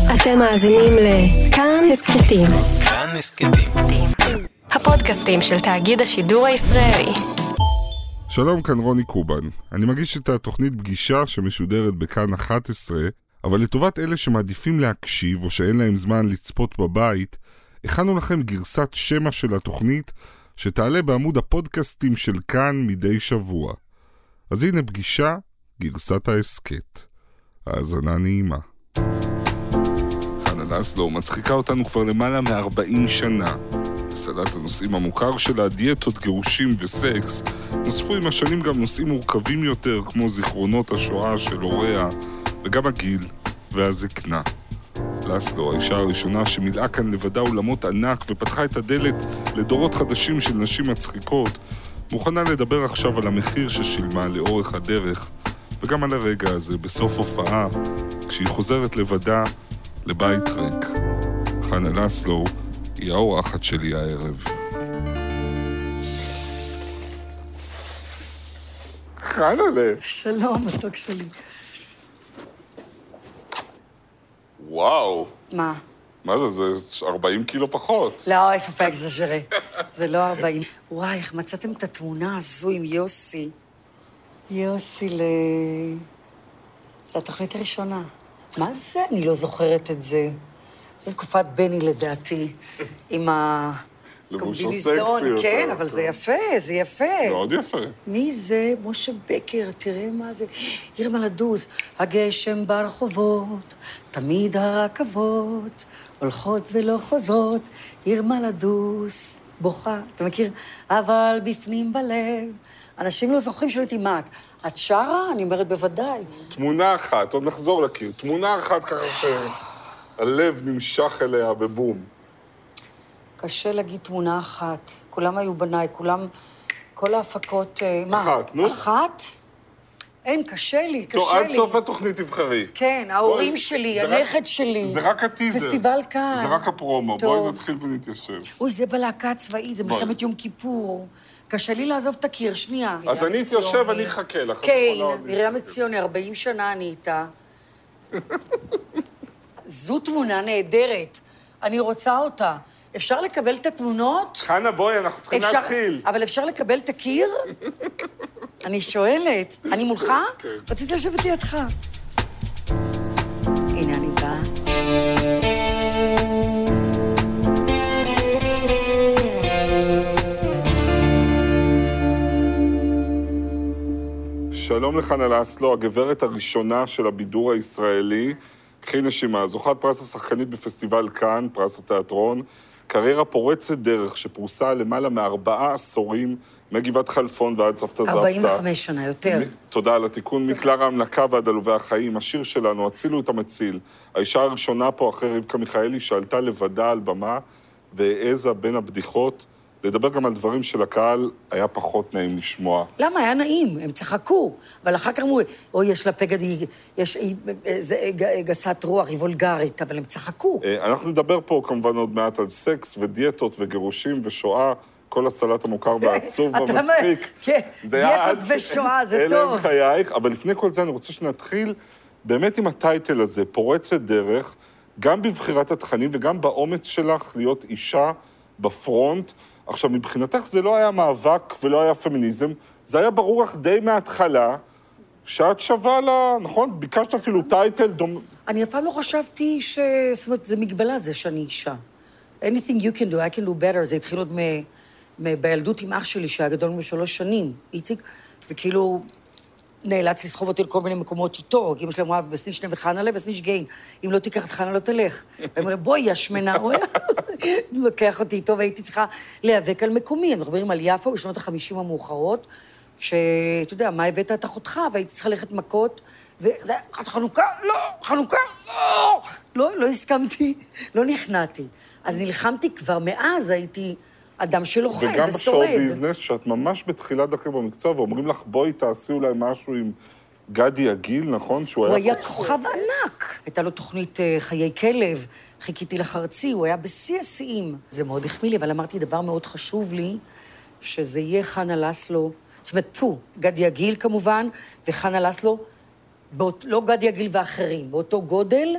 אתם מאזינים לכאן הסקטים. כאן הסקטים. הפודקאסטים של תאגיד השידור הישראלי. שלום, כאן רוני קובן. אני מגיש את התוכנית פגישה שמשודרת בכאן 11, אבל לטובת אלה שמעדיפים להקשיב או שאין להם זמן לצפות בבית, הכנו לכם גרסת שמע של התוכנית שתעלה בעמוד הפודקאסטים של כאן מדי שבוע. אז הנה פגישה, גרסת ההסקט. האזנה נעימה. חנה לסלו מצחיקה אותנו כבר למעלה מ-40 שנה. בסלט הנושאים המוכר שלה, דיאטות, גירושים וסקס, נוספו עם השנים גם נושאים מורכבים יותר, כמו זיכרונות השואה של הוריה, וגם הגיל והזקנה. לסלו, האישה הראשונה שמילאה כאן לבדה אולמות ענק ופתחה את הדלת לדורות חדשים של נשים מצחיקות, מוכנה לדבר עכשיו על המחיר ששילמה לאורך הדרך, וגם על הרגע הזה, בסוף הופעה, כשהיא חוזרת לבדה לבית ריק. חנה לסלו היא האורחת שלי הערב. חנה שלום, מתוק שלי. וואו. מה? מה זה? זה 40 קילו פחות. לא, איפה פק ז'רי. זה לא 40. וואי, איך מצאתם את התמונה הזו עם יוסי. יוסי זה התוכנית הראשונה. מה זה? אני לא זוכרת את זה. זו תקופת בני לדעתי, עם הקומביניזון, כן, אבל זה יפה, זה יפה. מאוד יפה. מי זה? משה בקר, תראה מה זה. ירמה לדוז, הגשם ברחובות, תמיד הרכבות, הולכות ולא חוזרות, ירמה לדוז, בוכה, אתה מכיר? אבל בפנים בלב, אנשים לא זוכרים שואלת עם מה את שרה? אני אומרת בוודאי. תמונה אחת, עוד נחזור לקיר, תמונה אחת ככה שהלב נמשך אליה בבום. קשה להגיד תמונה אחת. כולם היו בניי, כל ההפקות... מה? אחת, נו. אחת? אין, קשה לי. טוב, עד סוף התוכנית תבחרי. כן, ההורים שלי, הנכד שלי. זה רק הטיזר. פסטיבל כאן. זה רק הפרומו. בואי נתחיל ונתיישב. אוי, זה בלהקה הצבאית, זה מלחמת יום כיפור. קשה לי לעזוב את הקיר, שנייה. אז אני אתיישב, אני אחכה לך. כן, מרים ציוני, 40 שנה אני איתה. זו תמונה נהדרת. אני רוצה אותה. אפשר לקבל את התמונות? חנה, בואי, אנחנו צריכים להתחיל. אבל אפשר לקבל את הקיר? אני שואלת. אני מולך? כן. רציתי לשבת לידך. הנה אני באה. שלום לחנה לסלו, הגברת הראשונה של הבידור הישראלי. קחי נשימה, זוכת פרס השחקנית בפסטיבל כאן, פרס התיאטרון. קריירה פורצת דרך שפרוסה למעלה מ4 עשורים, מגבעת חלפון ועד סבתא זבתא. 45 שנה, יותר. תודה על התיקון. מקלרה המנקה ועד עלובי החיים. השיר שלנו, הצילו את המציל. האישה הראשונה פה אחרי רבקה מיכאלי שעלתה לבדה על במה והעזה בין הבדיחות. לדבר גם על דברים של הקהל היה פחות נעים לשמוע. למה? היה נעים, הם צחקו. אבל אחר כך אמרו, אוי, יש לה פגד, היא גסת רוח, היא וולגרית, אבל הם צחקו. אנחנו נדבר פה כמובן עוד מעט על סקס ודיאטות וגירושים ושואה, כל הסלט המוכר והעצוב והמצחיק. כן, דיאטות ושואה, זה טוב. אלה הם חייך, אבל לפני כל זה אני רוצה שנתחיל באמת עם הטייטל הזה, פורצת דרך, גם בבחירת התכנים וגם באומץ שלך להיות אישה בפרונט. עכשיו, מבחינתך זה לא היה מאבק ולא היה פמיניזם, זה היה ברור לך די מההתחלה, שאת שווה לה, נכון? ביקשת אפילו טייטל דומה. אני אף פעם לא חשבתי זאת אומרת, זה מגבלה זה שאני אישה. Anything you can do, I can do better, זה התחיל עוד בילדות עם אח שלי, שהיה גדול מ3 שנים, איציק, וכאילו נאלץ לסחוב אותי לכל מיני מקומות איתו, כי אמא שלי אמרה, וסניש נם וחנה לב, וסניש גיין. אם לא תיקח את חנה, לא תלך. והם אומרים, בואי, השמנה, הוא לוקח אותי איתו, והייתי צריכה להיאבק על מקומי. אנחנו מדברים על יפו בשנות ה-50 המאוחרות, שאתה יודע, מה הבאת את אחותך, והייתי צריכה ללכת מכות, וזה, חנוכה, לא, חנוכה, לא, לא הסכמתי, לא נכנעתי. אז נלחמתי כבר מאז, הייתי אדם שלוחם ושורד. וגם בשואו ביזנס, שאת ממש בתחילת דרכי במקצוע, ואומרים לך, בואי תעשי אולי משהו עם גדי עגיל, נכון? הוא היה כוכב ענק. הייתה לו תוכנית חיי כלב, חיכיתי לחרצי, הוא היה בשיא השיאים. זה מאוד החמיא לי, אבל אמרתי דבר מאוד חשוב לי, שזה יהיה חנה לסלו, זאת אומרת, גדי עגיל כמובן, וחנה לסלו, לא גדי עגיל ואחרים, באותו גודל,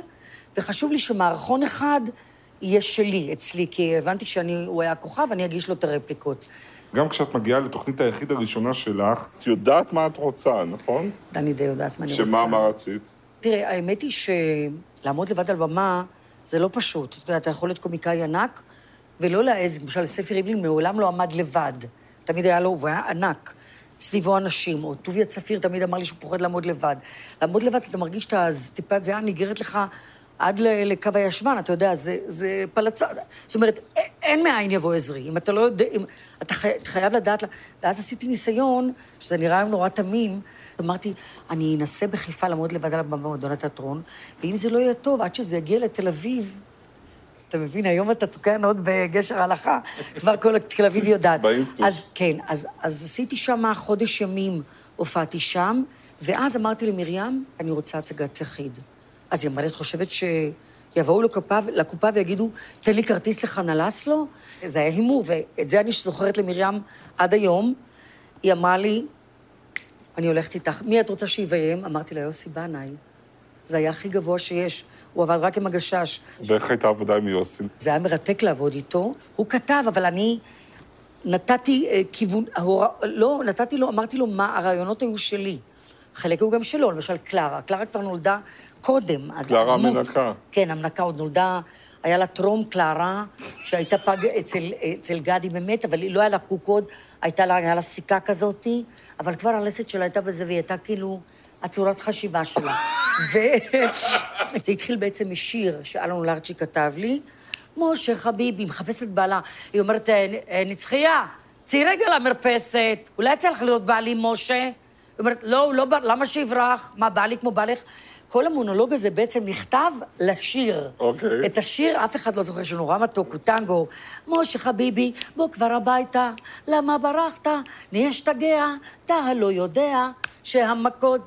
וחשוב לי שמערכון אחד יהיה שלי, אצלי, כי הבנתי שהוא היה כוכב, אני אגיש לו את הרפליקות. גם כשאת מגיעה לתוכנית היחיד הראשונה שלך, את יודעת מה את רוצה, נכון? אני די יודעת מה אני רוצה. שמה, מה רצית? תראה, האמת היא שלעמוד לבד על במה זה לא פשוט. אתה יודע, אתה יכול להיות קומיקאי ענק, ולא להעז, למשל, ספי ריבלין מעולם לא עמד לבד. תמיד היה לו, הוא היה ענק. סביבו אנשים, או טוביה צפיר תמיד אמר לי שהוא פוחד לעמוד לבד. לעמוד לבד, אתה מרגיש שאתה טיפת זהה ניגרת לך עד לקו הישבן, אתה יודע, זה פלצה. זאת אומרת, אין מאין יבוא עזרי. אם אתה לא יודע, אתה חייב לדעת, ואז עשיתי ניסיון, שזה נראה היום נורא תמים, אמרתי, אני אנסה בחיפה לעמוד לבד על הבמה במועדון התיאטרון, ואם זה לא יהיה טוב, עד שזה יגיע לתל אביב, אתה מבין, היום אתה תוקע נאות בגשר ההלכה, כבר כל תל אביב יודעת. אז כן, אז עשיתי שם חודש ימים, הופעתי שם, ואז אמרתי למרים, אני רוצה הצגת יחיד. אז היא אמרה לי, את חושבת שיבואו לקופה ויגידו, תן לי כרטיס לחנה לסלו? זה היה הימור, ואת זה אני זוכרת למרים עד היום. היא אמרה לי, אני הולכת איתך, מי את רוצה שיביים? אמרתי לה, יוסי בנאי. זה היה הכי גבוה שיש, הוא עבד רק עם הגשש. ואיך הייתה עבודה עם יוסי? זה היה מרתק לעבוד איתו. הוא כתב, אבל אני נתתי כיוון, לא, נתתי לו, אמרתי לו מה הרעיונות היו שלי. חלק הוא גם שלו, למשל קלרה. קלרה כבר נולדה קודם. קלרה המנקה. כן, המנקה עוד נולדה, היה לה טרום קלרה, שהייתה פג אצל גדי באמת, אבל לא היה לה קוקוד, היה לה סיכה כזאת, אבל כבר הלסת שלה הייתה בזה, והיא הייתה כאילו הצורת חשיבה שלה. וזה התחיל בעצם משיר שאלון לארצ'י כתב לי, משה חביבי, מחפשת בעלה, היא אומרת, נצחיה, צאי רגע למרפסת, אולי יצא לך להיות בעלי משה? היא אומרת, לא, למה שיברח? מה, בעלי כמו בעלך? כל המונולוג הזה בעצם נכתב לשיר. אוקיי. את השיר, אף אחד לא זוכר שהוא נורא מתוק, הוא טנגו. משה חביבי, בוא כבר הביתה, למה ברחת? נהיה שתגע, אתה לא יודע שהמכות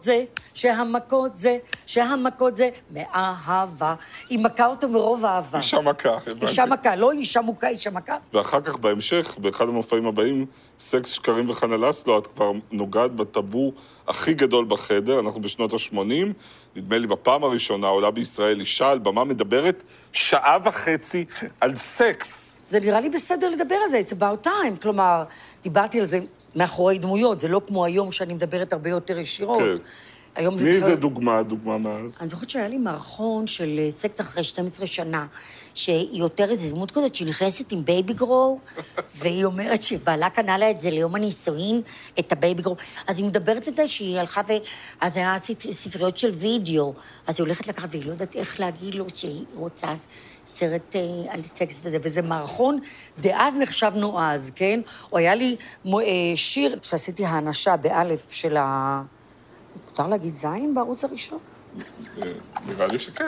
זה, מאהבה. היא מכה אותו מרוב אהבה. אישה מכה, הבנתי. אישה מכה, לא אישה מוכה, אישה מכה. ואחר כך, בהמשך, באחד המופעים הבאים, סקס, שקרים וחנה לסלו, את כבר נוגעת בטאבו הכי גדול בחדר, אנחנו בשנות ה-80, נדמה לי בפעם הראשונה, עולה בישראל אישה על במה מדברת 1.5 שעה על סקס. זה נראה לי בסדר לדבר על זה, it's about time, כלומר, דיברתי על זה מאחורי דמויות, זה לא כמו היום שאני מדברת הרבה יותר ישירות. כן. מי זה דוגמה מאז? אני זוכרת שהיה לי מערכון של סקס אחרי 12 שנה, שהיא יותר איזו דמות כזאת שנכנסת עם בייבי גרו, והיא אומרת שבעלה קנה לה את זה ליום הנישואין, את הבייבי גרו. אז היא מדברת את זה שהיא הלכה אז היה ספריות של וידאו, אז היא הולכת לקחת, והיא לא יודעת איך להגיד לו שהיא רוצה סרט על סקס וזה מערכון, דאז נחשבנו אז, כן? או היה לי שיר שעשיתי האנשה באלף של מותר להגיד זין בערוץ הראשון? נראה לי שכן.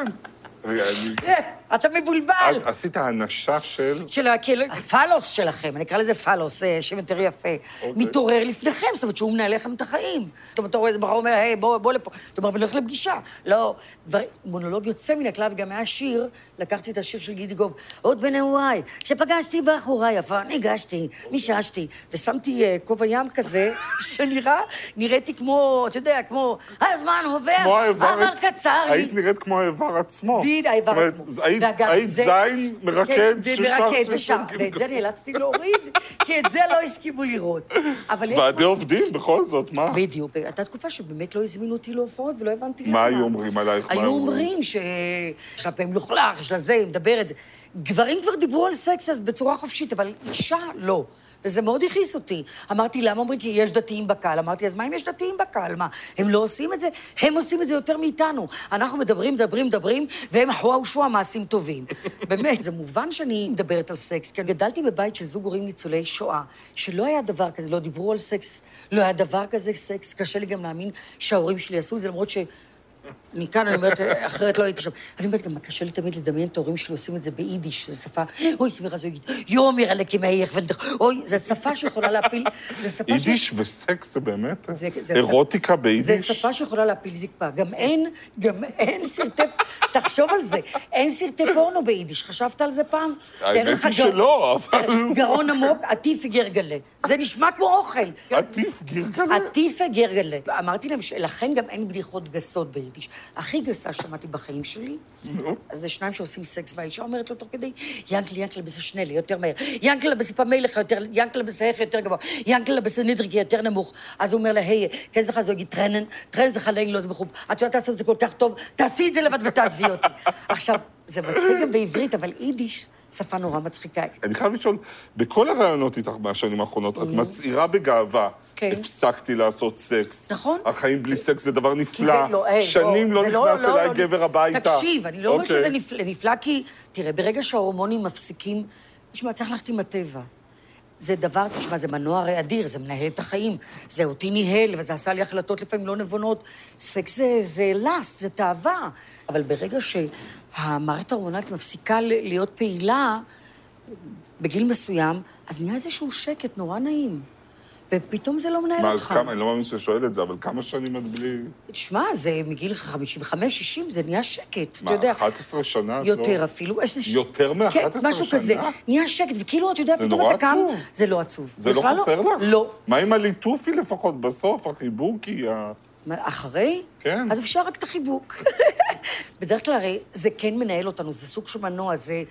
אתה מבולבל. עשית האנשה של... הפלוס שלכם, אני אקרא לזה פלוס, שם יותר יפה. מתעורר לפניכם, זאת אומרת שהוא מנהל לכם את החיים. אתה רואה איזה בחור אומר, היי, בוא לפה. אתה אומר, ולך לפגישה. לא, מונולוג יוצא מן הכלל, וגם היה שיר, לקחתי את השיר של גידי גוב, עוד בנעוריי, שפגשתי בחורה יפה, ניגשתי, מיששתי, ושמתי כובע ים כזה, נראיתי כמו, אתה יודע, כמו, הזמן עובר, אבל קצר לי. היית נראית כמו האיבר עצמו. האיבר עצמו. היית זין מרקד ושר. ואת זה נאלצתי להוריד, כי את זה לא הסכימו לראות. ועדי עובדים בכל זאת, מה? בדיוק. הייתה תקופה שבאמת לא הזמינו אותי להופעות ולא הבנתי למה. מה היו אומרים עלייך? היו אומרים שיש לה פעמים לוכלך, יש לה זה, היא מדברת. גברים כבר דיברו על סקס אז בצורה חופשית, אבל אישה לא. וזה מאוד הכעיס אותי. אמרתי, למה אומרים? כי יש דתיים בקהל. אמרתי, אז מה אם יש דתיים בקהל? מה, הם לא עושים את זה? הם עושים את זה יותר מאיתנו. אנחנו מדברים, והם אחווה ושווה מעשים טובים. באמת, זה מובן שאני מדברת על סקס, כי גדלתי בבית של זוג הורים ניצולי שואה, שלא היה דבר כזה, לא דיברו על סקס, לא היה דבר כזה סקס. קשה לי גם להאמין שההורים שלי עשו את זה, למרות אני כאן, אני אומרת, אחרת לא הייתי שם. אני אומרת, גם קשה לי תמיד לדמיין את ההורים שלי עושים את זה ביידיש, זו שפה, אוי, סמירה, זו יגיד, יומיר עלקי מאייך ולדך, אוי, זו שפה שיכולה להפיל, זו שפה יידיש וסקס זה באמת אירוטיקה ביידיש. זו שפה שיכולה להפיל זקפה. גם אין סרטי, תחשוב על זה, אין סרטי פורנו ביידיש, חשבת על זה פעם? האמת היא שלא, אבל... גרון עמוק, עטיף גרגלה. זה נשמע כמו אוכל. עטיף גרגלה? עטיף גרגלה. אמרתי להם, לכן גם אין בדיחות גסות ביידיש. יידיש. הכי גסה שמעתי בחיים שלי, אז זה שניים שעושים סקס, והאישה אומרת לו תוך כדי, ינקלה בסשנלי, יותר מהר, ינקלה בספמלך, ינקלה בסייך יותר גבוה, ינקלה בסנידריקי יותר נמוך. אז הוא אומר לה, היי, כן זה חזוגי, טרנן זה חלאים לא זה בחוב. את יודעת לעשות את זה כל כך טוב, תעשי את זה לבד ותעזבי אותי. עכשיו, זה מצחיק גם בעברית, אבל יידיש, שפה נורא מצחיקה. אני חייב לשאול, בכל הרעיונות איתך מהשנים האחרונות, את מצעירה בגאווה, הפסקתי לעשות סקס. נכון. החיים בלי סקס זה דבר נפלא. שנים לא נכנס אליי גבר הביתה. תקשיב, אני לא אומרת שזה נפלא, כי, תראה, ברגע שההורמונים מפסיקים, תשמע, צריך ללכת עם הטבע. זה דבר, תשמע, זה מנוע הרי אדיר, זה מנהל את החיים, זה אותי ניהל, וזה עשה לי החלטות לפעמים לא נבונות. סקס זה לס, זה תאווה. אבל ברגע שהמערכת ההורמונלית מפסיקה להיות פעילה, בגיל מסוים, אז נהיה איזשהו שקט נורא נעים. ופתאום זה לא מנהל אותך. מה, אז כמה, אני לא מאמין ששואל את זה, אבל כמה שנים את בלי... תשמע, זה מגיל 55, 60, זה נהיה שקט, אתה יודע. 11 שנה? יותר אפילו. יותר מ-11 שנה? כן, משהו כזה. נהיה שקט, וכאילו, אתה יודע, פתאום אתה קם, זה לא עצוב. זה לא חסר לך? לא. מה עם הליטופי לפחות בסוף, החיבוקי? אחרי? כן. אז אפשר רק את החיבוק. בדרך כלל הרי זה כן מנהל אותנו, זה סוג של מנוע,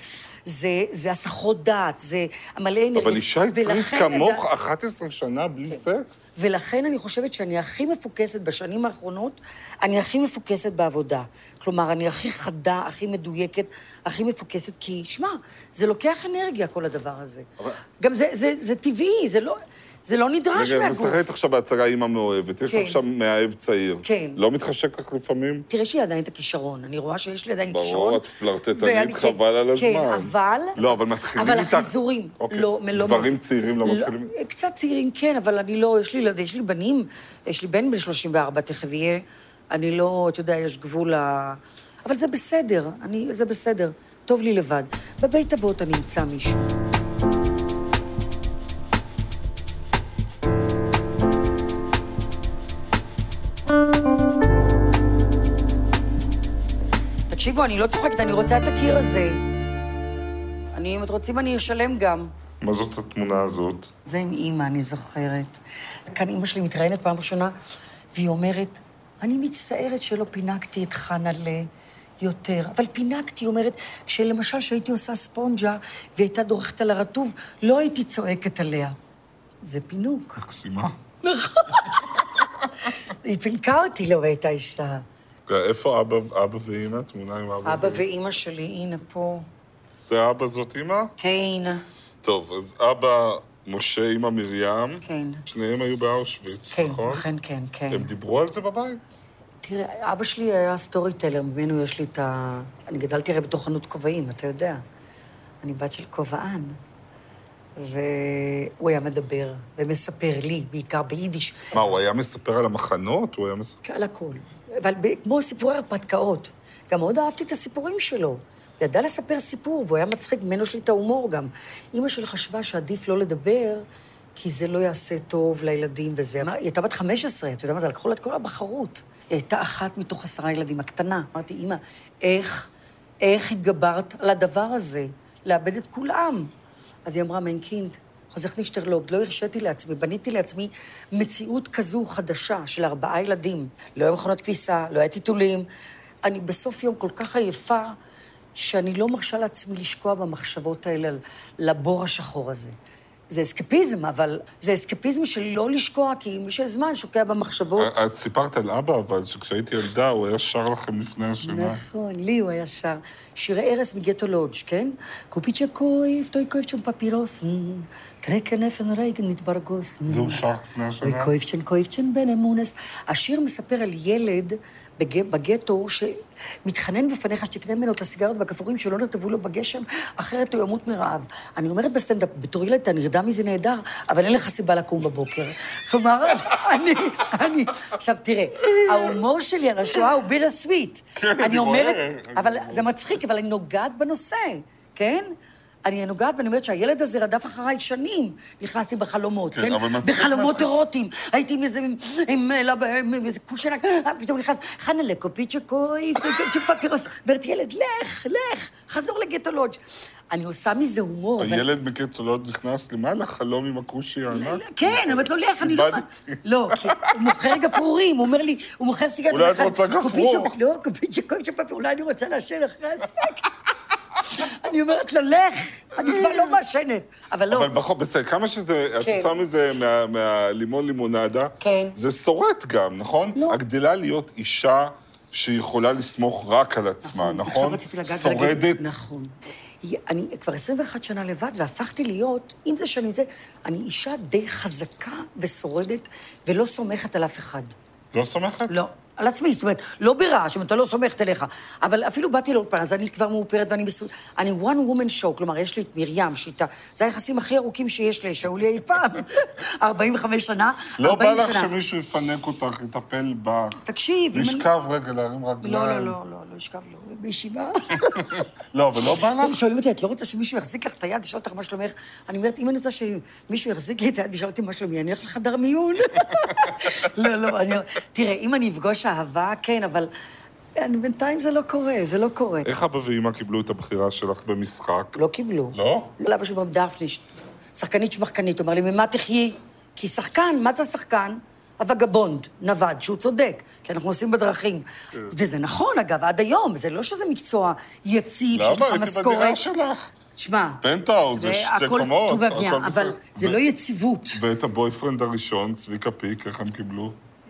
זה הסחות דעת, זה המלא אנרגיה. אבל אישה צריך כמוך 11 שנה בלי סקס? ולכן אני חושבת שאני הכי מפוקסת בשנים האחרונות, אני הכי מפוקסת בעבודה. כלומר, אני הכי חדה, הכי מדויקת, הכי מפוקסת, כי, שמע, זה לוקח אנרגיה, כל הדבר הזה. גם זה טבעי, זה לא נדרש מהגוף. רגע, משחקת עכשיו בהצגה אימא מאוהבת. יש לך עכשיו מאהב צעיר. כן. לא מתחשק לך לפעמים? תראה שיש לי עדיין את הכישרון. אני רואה שיש לי עדיין כישרון. ברור, את פלרטטנית, חבל על הזמן. כן, אבל... לא, אבל מתחילים אבל איתך... החיזורים. לא... דברים צעירים לא מתחילים... קצת צעירים, כן, אבל אני לא... יש לי בנים, יש לי בן 34, תכף יהיה. אני לא... אתה יודע, יש גבול אבל זה בסדר. זה בסדר. טוב לי לבד. בבית אבות אני אמצא מישהו. תקשיבו, אני לא צוחקת, אני רוצה את הקיר הזה. אם את רוצים, אני אשלם גם. מה זאת התמונה הזאת? זה עם אמא, אני זוכרת. כאן אמא שלי מתראיינת פעם ראשונה, והיא אומרת, אני מצטערת שלא פינקתי את חנה יותר. אבל פינקתי, היא אומרת, כשלמשל שהייתי עושה ספונג'ה, והייתה דורכת על הרטוב, לא הייתי צועקת עליה. זה פינוק. מקסימה. נכון. היא פינקה אותי, לא הייתה אישה. איפה אבא ואמא? תמונה עם אבא? אבא ואמא שלי, הנה פה. זה אבא זאת אמא? כן. טוב, אז אבא, משה, אמא מרים. כן. שניהם היו באושוויץ, נכון? כן. הם דיברו על זה בבית? תראה, אבא שלי היה סטורי טלר, ממנו יש לי את ה... אני גדלתי הרי בתוך חנות כובעים, אתה יודע. אני בת של כובען. והוא היה מדבר ומספר לי, בעיקר ביידיש. מה, הוא היה מספר על המחנות? הוא היה מספר... על הכל. אבל כמו סיפורי הרפתקאות. גם מאוד אהבתי את הסיפורים שלו. ידע לספר סיפור, והוא היה מצחיק, ממנו שלי את ההומור גם. אמא שלי חשבה שעדיף לא לדבר, כי זה לא יעשה טוב לילדים וזה. היא הייתה בת 15, אתה יודע מה זה? לקחו לה את כל הבחרות. היא הייתה אחת מתוך 10 ילדים, הקטנה. אמרתי, אמא, איך התגברת על הדבר הזה? לאבד את כולם. אז היא אמרה, מיין קינד, חוזך נשתרלוב, לא הרשיתי לעצמי, בניתי לעצמי מציאות כזו חדשה של 4 ילדים. לא היה מכונות כביסה, לא היה טיטולים. אני בסוף יום כל כך עייפה, שאני לא מרשה לעצמי לשקוע במחשבות האלה לבור השחור הזה. זה אסקפיזם, אבל זה אסקפיזם של לא לשקוע, כי מי שזמן שוקע במחשבות. את סיפרת על אבא, אבל שכשהייתי ילדה, הוא היה שר לכם לפני השינה. נכון, לי הוא היה שר. שירי ארס מגטו לודג', כן? קופיצ'ה קויף, טוי קויפצ'ון פפירוסן, טרקן אפן רייגן מתברגוסן. זה הוא שר לפני השינה? קויפצ'ן בן אמונס. השיר מספר על ילד בגטו שמתחנן בפניך שתקנה ממנו את הסיגרות והכפורים שלא נטבו לו בגשם, אחרת הוא ימות מרעב. אני אומרת בסטנדאפ, בתור ילד אתה נרדם מזה נהדר, אבל אין לך סיבה לקום בבוקר. כלומר, עכשיו תראה, ההומור שלי על השואה הוא ביטר סוויט. כן, אני אומרת, אבל זה מצחיק, אבל אני נוגעת בנושא, כן? אני נוגעת ואני אומרת שהילד הזה רדף אחריי שנים. נכנסתי בחלומות, כן? בחלומות אירוטיים. הייתי עם איזה כושנה, פתאום נכנס, חנה לקופיצ'ה קויף, פפירוס. אומרת, ילד, לך, חזור לגטו לודג'. אני עושה מזה הומור. הילד בגטו לודג' נכנס למעלה, חלום עם הכושי הענק? כן, אני אומרת לו, לך, אני לא... לא, כי הוא מוכר גפרורים, הוא אומר לי, הוא מוכר סיגרת... אולי את רוצה גפרור? לא, קופיצ'ה קויף, אולי אני רוצה לעשן אחרי הסקס. אני אומרת לו, לך, אני כבר לא מעשנת, אבל לא. אבל בחור, בסדר, כמה שזה, את עושה מזה מהלימון לימונדה, זה שורט גם, נכון? לא. הגדלה להיות אישה שיכולה לסמוך רק על עצמה, נכון? עכשיו רציתי לגעת שורדת. נכון. אני כבר 21 שנה לבד, והפכתי להיות, אם זה שאני זה, אני אישה די חזקה ושורדת, ולא סומכת על אף אחד. לא סומכת? לא. על עצמי, זאת אומרת, לא ברעש, זאת אומרת, אתה לא סומכת אליך. אבל אפילו באתי לאולפן, אז אני כבר מאופרת ואני אני one woman show, כלומר, יש לי את מרים, שיטה. זה היחסים הכי ארוכים שיש לי, שהיו לי אי פעם. 45 שנה, 40 שנה. לא בא לך שמישהו יפנק אותך, יטפל בך. תקשיב, לשכב רגע, להרים רגליים. לא לשכב לא. בישיבה. לא, אבל לא בא לך? שואלים אותי, את לא רוצה שמישהו יחזיק לך את היד ושאל אותך מה שלומך? אני אומרת, אם אני רוצה שמישהו יחזיק לי את היד ושאל אותי מה שלומי, אני הולך לחדר מיון. לא, תראה, אם אני אפגוש אהבה, כן, אבל בינתיים זה לא קורה. איך אבא ואמא קיבלו את הבחירה שלך במשחק? לא קיבלו. לא? אבא שלי אומר, דפני, שחקנית שמחקנית, אומר לי, ממה תחיי? כי שחקן, מה זה שחקן? הווגבונד, נווד, שהוא צודק, כי אנחנו עושים בדרכים. וזה נכון, אגב, עד היום, זה לא שזה מקצוע יציב, שיש לך משכורת. למה? הייתי בדירה שלך. תשמע, פנטאוז, זה שתי קומות. טוב והבנייה, אבל זה לא יציבות. ואת הבויפרנד הראשון, צביקה פיק, איך הם קיבלו?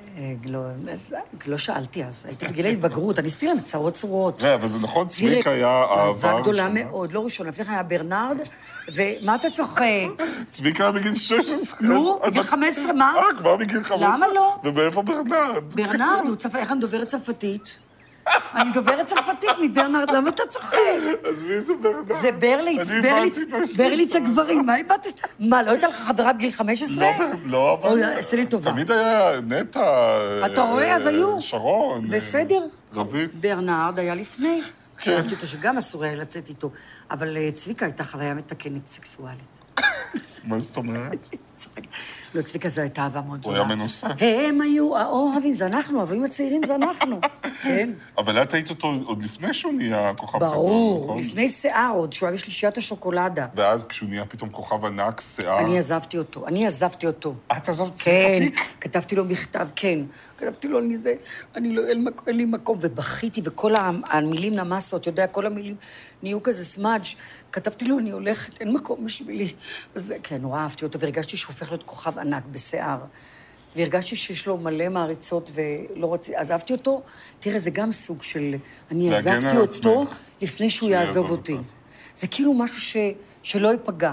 לא שאלתי אז, הייתי בגיל ההתבגרות, אני עשיתי להם צרות צרורות. אבל זה נכון, צביקה היה אהבה אהבה גדולה מאוד, לא ראשונה, לפני כן היה ברנרד, ומה אתה צוחק? צביקה היה בגיל 16. נו, בגיל 15, מה? כבר בגיל 15. למה לא? ובאיפה ברנרד? ברנרד, איך אני דוברת צרפתית? אני דוברת צרפתית מברנרד, למה אתה צוחק? אז מי זה ברנרד? זה ברליץ הגברים, מה איבדת? מה, לא הייתה לך חברה בגיל 15? לא, אבל... עשה לי טובה. תמיד היה נטע... אתה רואה, אז היו. שרון. בסדר. רבית. ברנרד היה לפני. שאהבתי אותו, שגם אסור היה לצאת איתו. אבל צביקה הייתה חוויה מתקנת סקסואלית. מה זאת אומרת? לא, צביקה זו הייתה אהבה מאוד גדולה. הוא היה מנוסה. הם היו האוהבים, זה אנחנו, האוהבים הצעירים זה אנחנו, כן. אבל את היית אותו עוד לפני שהוא נהיה כוכב גדול, נכון? ברור, לפני שיער עוד, שהוא היה בשלישיית השוקולדה. ואז כשהוא נהיה פתאום כוכב ענק, שיער... אני עזבתי אותו. את עזבת כן, כתבתי לו מכתב, כן. כתבתי לו, אין לי מקום, ובכיתי, וכל המילים נמסות, יודע, כל המילים נהיו כזה סמאג'. כתבתי לו, אני הולכת, אין מקום בשבילי. אז כן, נורא אהבתי אותו, והרגשתי שהוא הופך להיות כוכב ענק בשיער. והרגשתי שיש לו מלא מעריצות ולא רציתי, עזבתי אותו. תראה, זה גם סוג של... אני עזבתי אותו לפני שהוא יעזוב אותי. זה כאילו משהו שלא ייפגע.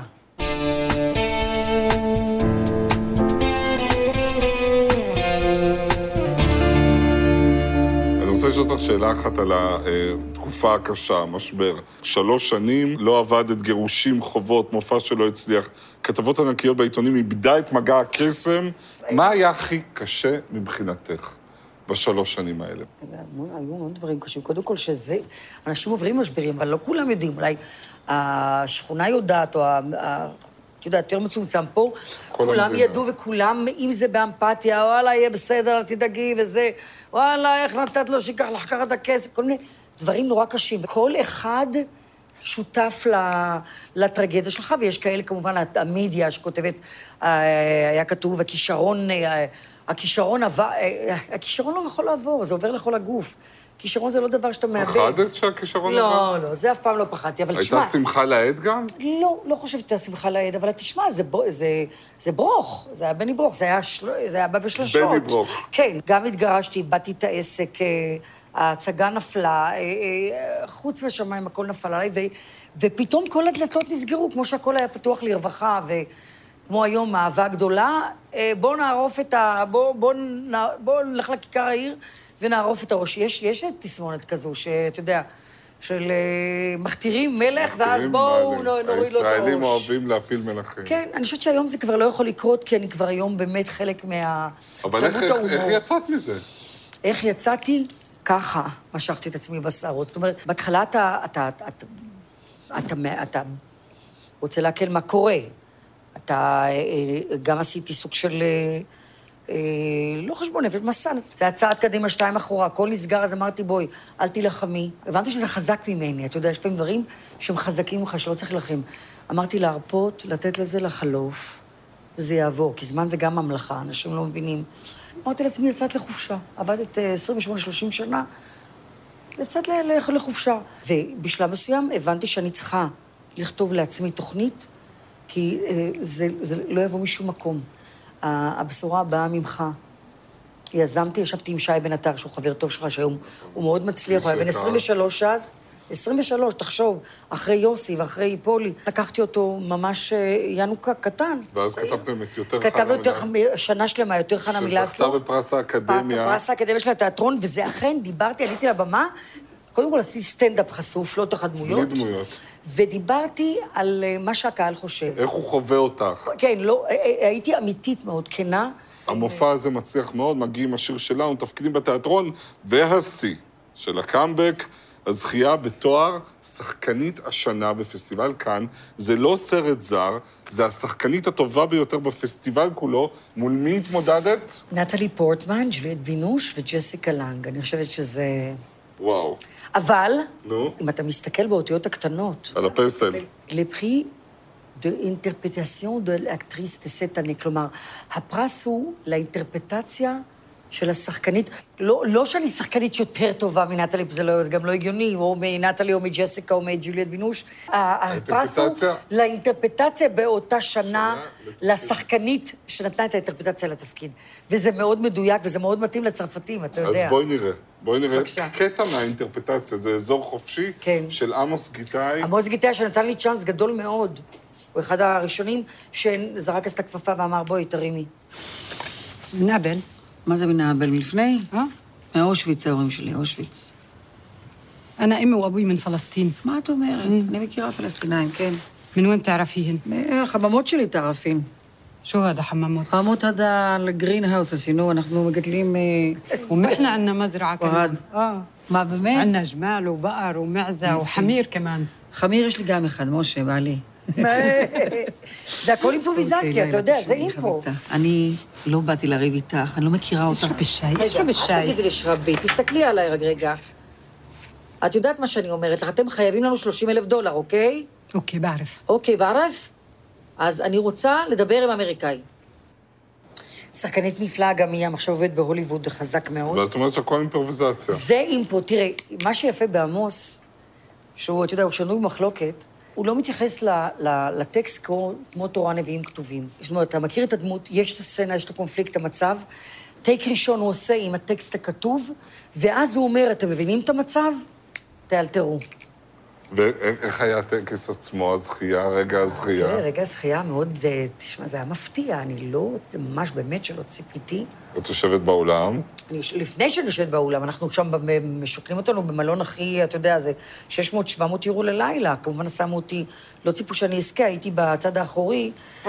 אני רוצה לשאול אותך שאלה אחת על התקופה הקשה, המשבר. 3 שנים, לא עבדת, גירושים, חובות, מופע שלא הצליח, כתבות ענקיות בעיתונים, איבדה את מגע הקסם. מה היה הכי קשה מבחינתך ב3 שנים האלה? היו מאוד דברים קשים. קודם כל שזה, אנשים עוברים משברים, אבל לא כולם יודעים. אולי השכונה יודעת, או יותר מצומצם פה, כולם ידעו וכולם, אם זה באמפתיה, וואלה, יהיה בסדר, אל תדאגי, וזה, וואלה, איך נתת לו שיקח לחקר את הכסף, כל מיני דברים נורא קשים. כל אחד שותף לטרגדיה שלך, ויש כאלה, כמובן, המדיה שכותבת, היה כתוב, הכישרון לא יכול לעבור, זה עובר לכל הגוף. כישרון זה לא דבר שאתה מאבד. פחדת שהכישרון עבר? לא, זה אף פעם לא פחדתי, אבל תשמע... הייתה שמחה לעד גם? לא חושבת שהייתה שמחה לעד, אבל תשמע, זה ברוך, זה היה בני ברוך, זה היה בא בשלשות. בני ברוך. כן, גם התגרשתי, איבדתי את העסק, ההצגה נפלה, חוץ מהשמיים הכל נפל עליי, ופתאום כל הדלתות נסגרו, כמו שהכל היה פתוח לרווחה, וכמו היום, אהבה גדולה, בואו נערוף את בואו נלך לכיכר העיר, ונערוף את הראש. יש תסמונת כזו, שאתה יודע, של מכתירים מלך, ואז בואו נוריד לו את הראש. הישראלים אוהבים להפיל מלכים. כן, אני חושבת שהיום זה כבר לא יכול לקרות, כי אני כבר היום באמת חלק אבל איך יצאת מזה? איך יצאתי? ככה משכתי את עצמי בשערות. זאת אומרת, בהתחלה אתה רוצה להקל מה קורה. אתה, גם עשיתי סוג של, לא חשבון נפש, מסע, זה הצעד קדימה, 2 אחורה, הכל נסגר, אז אמרתי, בואי, אל תילחמי. הבנתי שזה חזק ממני, אתה יודע, יש פעמים דברים שהם חזקים ממך, שלא צריך להילחם. אמרתי להרפות, לתת לזה לחלוף, וזה יעבור, כי זמן זה גם ממלכה, אנשים לא מבינים. אמרתי לעצמי, יצאת לחופשה, עבדת 28-30 שנה, יצאת לחופשה. ובשלב מסוים הבנתי שאני צריכה לכתוב לעצמי תוכנית, כי זה לא יבוא משום מקום. הבשורה באה ממך. יזמתי, ישבתי עם שי בן עטר, שהוא חבר טוב שלך, שהיום הוא מאוד מצליח, הוא היה בן 23 אז. 23, תחשוב, אחרי יוסי ואחרי פולי, לקחתי אותו ממש ינוקה קטן. ואז כתבתם את יותר חנה כתבנו שנה שלמה, יותר חנה מלסלו. שזכתה בפרס האקדמיה. בפרס האקדמיה של התיאטרון, וזה אכן, דיברתי, עליתי לבמה, קודם כל עשיתי סטנדאפ חשוף, לא תחת דמויות. בלי דמויות. ודיברתי על מה שהקהל חושב. איך הוא חווה אותך? כן, לא, הייתי אמיתית מאוד, כנה. המופע הזה מצליח מאוד, מגיעים השיר שלנו, תפקידים בתיאטרון, והשיא של הקאמבק, הזכייה בתואר שחקנית השנה בפסטיבל כאן. זה לא סרט זר, זה השחקנית הטובה ביותר בפסטיבל כולו. מול מי התמודדת? נטלי פורטמן, ג'וליאט בינוש וג'סיקה לנג. אני חושבת שזה... וואו. אבל, נו? אם אתה מסתכל באותיות הקטנות... על הפסל. לפרי d'interprétation de l'actrice de cette année. כלומר, הפרס הוא לאינטרפטציה של השחקנית. לא שאני שחקנית יותר טובה מנטלי, זה גם לא הגיוני, או מנטלי או מג'סיקה או מג'וליאט בינוש. הפרס הוא לאינטרפטציה באותה שנה לשחקנית שנתנה את האינטרפטציה לתפקיד. וזה מאוד מדויק וזה מאוד מתאים לצרפתים, אתה יודע. אז בואי נראה קטע מהאינטרפטציה. זה אזור חופשי של עמוס גיטאי. עמוס גיטאי שנתן לי צ'אנס גדול מאוד. הוא אחד הראשונים שזרק את הכפפה ואמר, בואי, תרימי. מנאבל. מה זה מנאבל? מלפני? מאושוויץ, ההורים שלי, אושוויץ. أنا أمي وأبوي من فلسطين. מה את אומרת? אני מכירה פלסטינאים, כן. من وين بتعرفيهن؟ החממות שלי תערפים. شو هذا حمامات؟ חממות עדה לגרין האוס עשינו, אנחנו מגדלים... ونحن عندنا مزرعة كمان. מה באמת? عندنا جمال وبقر ومعزة وحمير كمان. חמיר יש לי גם אחד, משה, בעלי. זה הכל אימפרוביזציה, אתה יודע, זה אימפרו. אני לא באתי לריב איתך, אני לא מכירה אותך. اشرب الشاي. תגידי לשרבי, תסתכלי עליי רגע. את יודעת מה שאני אומרת לך, אתם חייבים לנו $30,000, אוקיי? أوكي بعرف. אוקיי, בערף? אז אני רוצה לדבר עם אמריקאי. שחקנית נפלאה, גם היא עכשיו עובדת בהוליווד חזק מאוד. ואת אומרת שהכל אימפרוביזציה. זה אימפרו, תראה, מה שיפה בעמוס, שהוא, אתה יודע, הוא שנוי במחלוקת, הוא לא מתייחס לטקסט כמו תורה נביאים כתובים. זאת אומרת, אתה מכיר את הדמות, יש את הסצנה, יש את הקונפליקט, המצב, טייק ראשון הוא עושה עם הטקסט הכתוב, ואז הוא אומר, אתם מבינים את המצב? תאלתרו. ואיך היה הטקס עצמו, הזכייה, רגע הזכייה? תראה, רגע הזכייה מאוד, תשמע, זה היה מפתיע, אני לא, זה ממש באמת שלא ציפיתי. את יושבת באולם? לפני שאני יושבת באולם, אנחנו שם משוקלים אותנו במלון הכי, אתה יודע, זה 600-700 יורו ללילה. כמובן שמו אותי, לא ציפו שאני אזכה, הייתי בצד האחורי,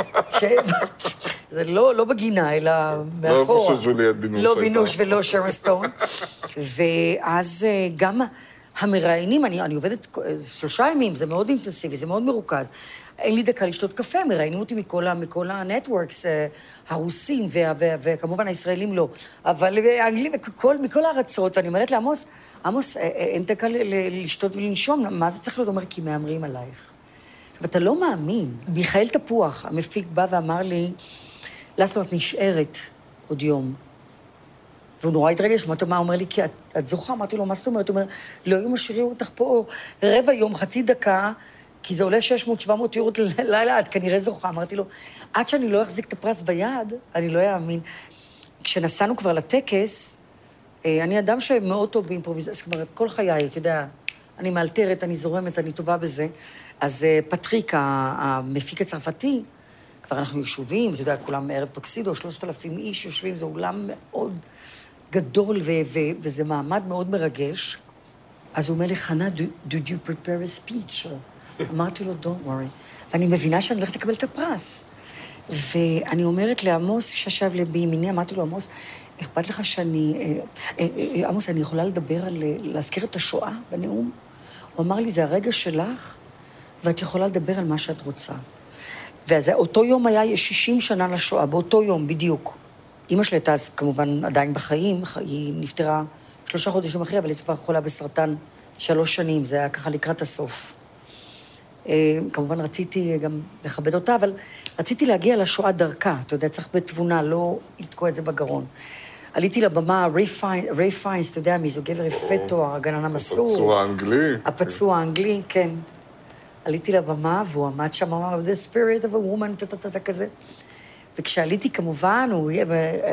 זה לא בגינה, אלא מאחורה. לא איפה שג'וליאט בינוש. לא בינוש ולא שרון סטון. ואז גם המראיינים, אני עובדת 3 ימים, זה מאוד אינטנסיבי, זה מאוד מרוכז. אין לי דקה לשתות קפה, מראיינים אותי מכל הנטוורקס, הרוסים, וכמובן הישראלים לא. אבל האנגלים, מכל הארצות, ואני אומרת לעמוס, עמוס, אין דקה לשתות ולנשום, מה זה צריך להיות? אומר, כי מאמרים עלייך. ואתה לא מאמין. מיכאל תפוח, המפיק, בא ואמר לי, לסלו, את נשארת עוד יום. והוא נורא התרגש, מה הוא אומר לי, כי את זוכה? אמרתי לו, מה זאת אומרת? הוא אומר, לא היו משאירים אותך פה רבע יום, חצי דקה, כי זה עולה 600-700 יורו ללילה, את כנראה זוכה. אמרתי לו, עד שאני לא אחזיק את הפרס ביד, אני לא אאמין. כשנסענו כבר לטקס, אני אדם שמאוד טוב באימפרוביזציה, זאת אומרת, כל חיי, אתה יודע, אני מאלתרת, אני זורמת, אני טובה בזה. אז פטריק, המפיק הצרפתי, כבר אנחנו ישובים, אתה יודע, כולם ערב טוקסידו, 3,000 איש יושבים, זה אולם מאוד גדול, וזה מעמד מאוד מרגש. אז הוא אומר לי, חנה, did you prepare a speech? אמרתי לו, don't worry. ואני מבינה שאני הולכת לקבל את הפרס. ואני אומרת לעמוס, שישב בימיני, אמרתי לו, עמוס, אכפת לך שאני... עמוס, אני יכולה לדבר על... להזכיר את השואה בנאום? הוא אמר לי, זה הרגע שלך, ואת יכולה לדבר על מה שאת רוצה. ואותו יום היה 60 שנה לשואה, באותו יום בדיוק. אמא שלי הייתה אז כמובן עדיין בחיים, היא נפטרה 3 חודשים אחרי, אבל היא כבר חולה בסרטן 3 שנים, זה היה ככה לקראת הסוף. כמובן רציתי גם לכבד אותה, אבל רציתי להגיע לשואה דרכה, אתה יודע, צריך בתבונה, לא לתקוע את זה בגרון. עליתי לבמה, ריי פיינס, אתה יודע מי, זו גבר יפה תואר, הגנן המסור. הפצוע האנגלי. הפצוע האנגלי, כן. עליתי לבמה, והוא עמד שם, אמר, the spirit of a woman, כזה. וכשעליתי כמובן, הוא יהיה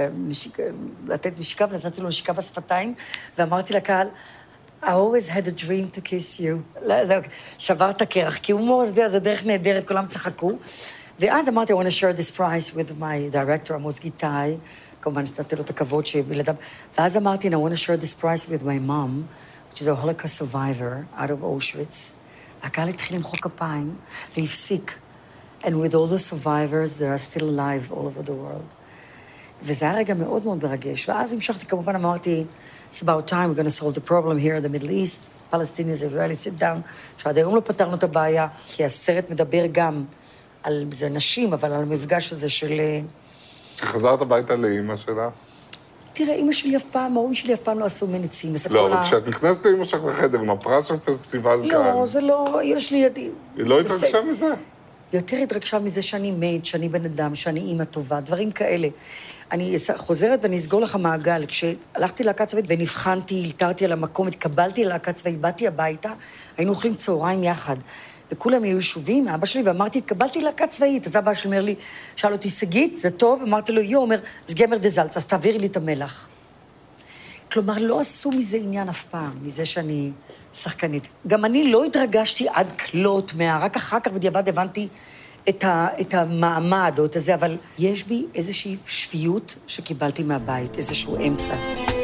לתת נשיקה, ונתתי לו נשיקה בשפתיים, ואמרתי לקהל, I always had a dream to kiss you. שבר את הקרח, כי הומור, זה דרך נהדרת, כולם צחקו. ואז אמרתי, I want to share this prize with my director, עמוס גיטאי, כמובן שנתתי לו את הכבוד שבלעדיו. ואז אמרתי, I want to share this prize with my mom, which is a Holocaust survivor out of Auschwitz. הקהל התחיל למחוא כפיים, והפסיק. And with all the survivors, they are still alive all over the world. וזה היה רגע מאוד מאוד מרגש. ואז המשכתי, כמובן, אמרתי, it's about time, we're going to solve the problem here in the Middle East. Palestinians, Israeli, sit down. שעד היום לא פתרנו את הבעיה, כי הסרט מדבר גם על זה נשים, אבל על המפגש הזה של... כשחזרת הביתה לאמא שלה? תראה, אמא שלי אף פעם, ההורים שלי אף פעם לא עשו מניצים. לא, אבל כשאת נכנסת לאמא שלך לחדר, עם הפרס של פסטיבל כאן... לא, זה לא, יש לי... היא לא התרגשה מזה? יותר התרגשה מזה שאני מת, שאני בן אדם, שאני אימא טובה, דברים כאלה. אני חוזרת ואני אסגור לך מעגל. כשהלכתי להקה צבאית ונבחנתי, הלתרתי על המקום, התקבלתי להקה צבאית, באתי הביתה, היינו אוכלים צהריים יחד. וכולם היו ישובים, אבא שלי, ואמרתי, התקבלתי להקה צבאית. אז אבא שלי אומר לי, שאל אותי, סגית, זה טוב? אמרתי לו, אומר, זה גמר דזלץ, אז תעבירי לי את המלח. כלומר, לא עשו מזה עניין אף פעם, מזה שאני שחקנית. גם אני לא התרגשתי עד כלות רק אחר כך בדיעבד הבנתי את המעמד או את זה, אבל יש בי איזושהי שפיות שקיבלתי מהבית, איזשהו אמצע.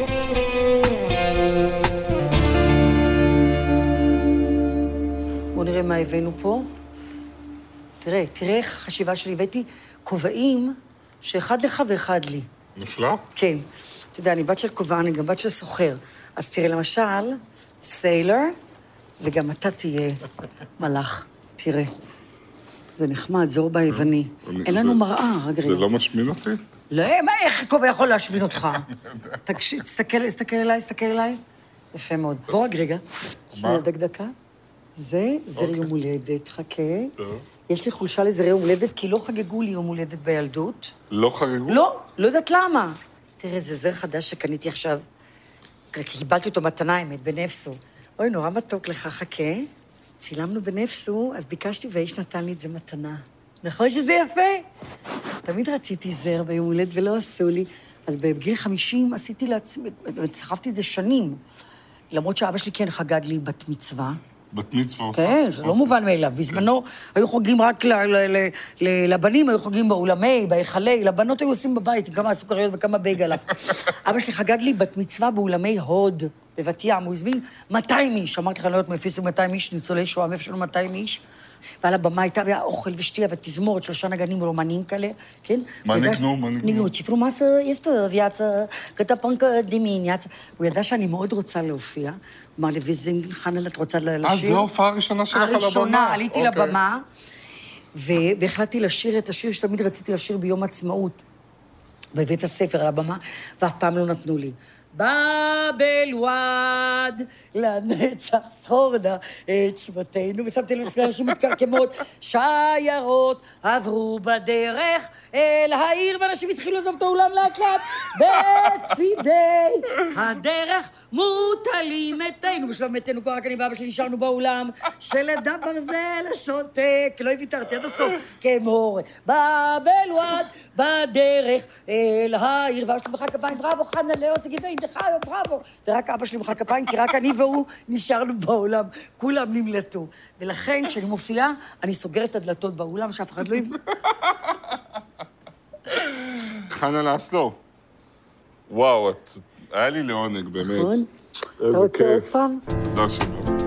בואו נראה מה הבאנו פה. תראה חשיבה שלי, הבאתי כובעים שאחד לך ואחד לי. נפלא? כן. אתה יודע, אני בת של כובע, אני גם בת של סוחר. אז תראה, למשל, סיילר, וגם אתה תהיה מלאך. תראה. זה נחמד, זור ביווני. אין לנו מראה, רגע. זה לא משמין אותי? לא, איך כובע יכול להשמין אותך? תקשיב, תסתכל אליי. יפה מאוד. בוא רק רגע. שנייה, דקה. זה זר יום הולדת, חכה. טוב. יש לי חולשה לזר יום הולדת, כי לא חגגו לי יום הולדת בילדות. לא חגגו? לא יודעת למה. תראה, זה זר חדש שקניתי עכשיו. קיבלתי אותו מתנה, האמת, בנפסו. אוי, נורא מתוק לך, חכה. צילמנו בנפסו, אז ביקשתי והאיש נתן לי את זה מתנה. נכון שזה יפה? תמיד רציתי זר ביום הולדת ולא עשו לי. אז בגיל 50 עשיתי לעצמי, סחבתי את זה שנים. למרות שאבא שלי כן חגג לי בת מצווה. בת מצווה עושה? כן, זה לא מובן מאליו. בזמנו היו חוגים רק לבנים, היו חוגים באולמי, בהיכלי, לבנות היו עושים בבית, כמה סוכריות וכמה בייגלה. אבא שלי חגג לי בת מצווה באולמי הוד, בבת ים, הוא הזמין 200 איש. אמרתי לך, לא יודעת מאיפה 200 איש, ניצולי שואה, מאיפה שלנו 200 איש. ועל הבמה הייתה אוכל ושתייה ותזמורת, 3 נגנים רומנים כאלה, כן? מה ניגנו? ניגנו, צ'יפרו מסה, יסטוב, יצא, קטפונק דימין, יצא. הוא ידע שאני מאוד רוצה להופיע. הוא אמר לי, ויזינג, חנל, את רוצה לשיר? אז זו ההופעה הראשונה שלך על הבמה? הראשונה, עליתי לבמה, והחלטתי לשיר את השיר שתמיד רציתי לשיר ביום עצמאות, בבית הספר על הבמה, ואף פעם לא נתנו לי. בבל וואד, לנצח זכורנה את שמותינו, ושמתי לב לפני אנשים מתקרקמות, שיירות עברו בדרך אל העיר, ואנשים התחילו לעזוב את האולם לאט לאט, בצידי הדרך מוטלים מתינו, בשלב מתינו, רק אני ואבא שלי נשארנו באולם, שלדה ברזל שותק, לא ויתרתי עד הסוף, כמו בבל וואד, בדרך אל העיר, ואבא שלי מחא כפיים, בראבו, חנה, לאו, סגיבי, חיו, בראבו. ורק אבא שלי מחא כפיים, כי רק אני והוא נשארנו באולם. כולם נמלטו. ולכן, כשאני מופיעה, אני סוגרת את הדלתות באולם, שאף אחד לא יבוא. חנה לאסלו. וואו, היה לי לעונג, באמת. נכון? אתה רוצה עוד פעם? תודה שבאת.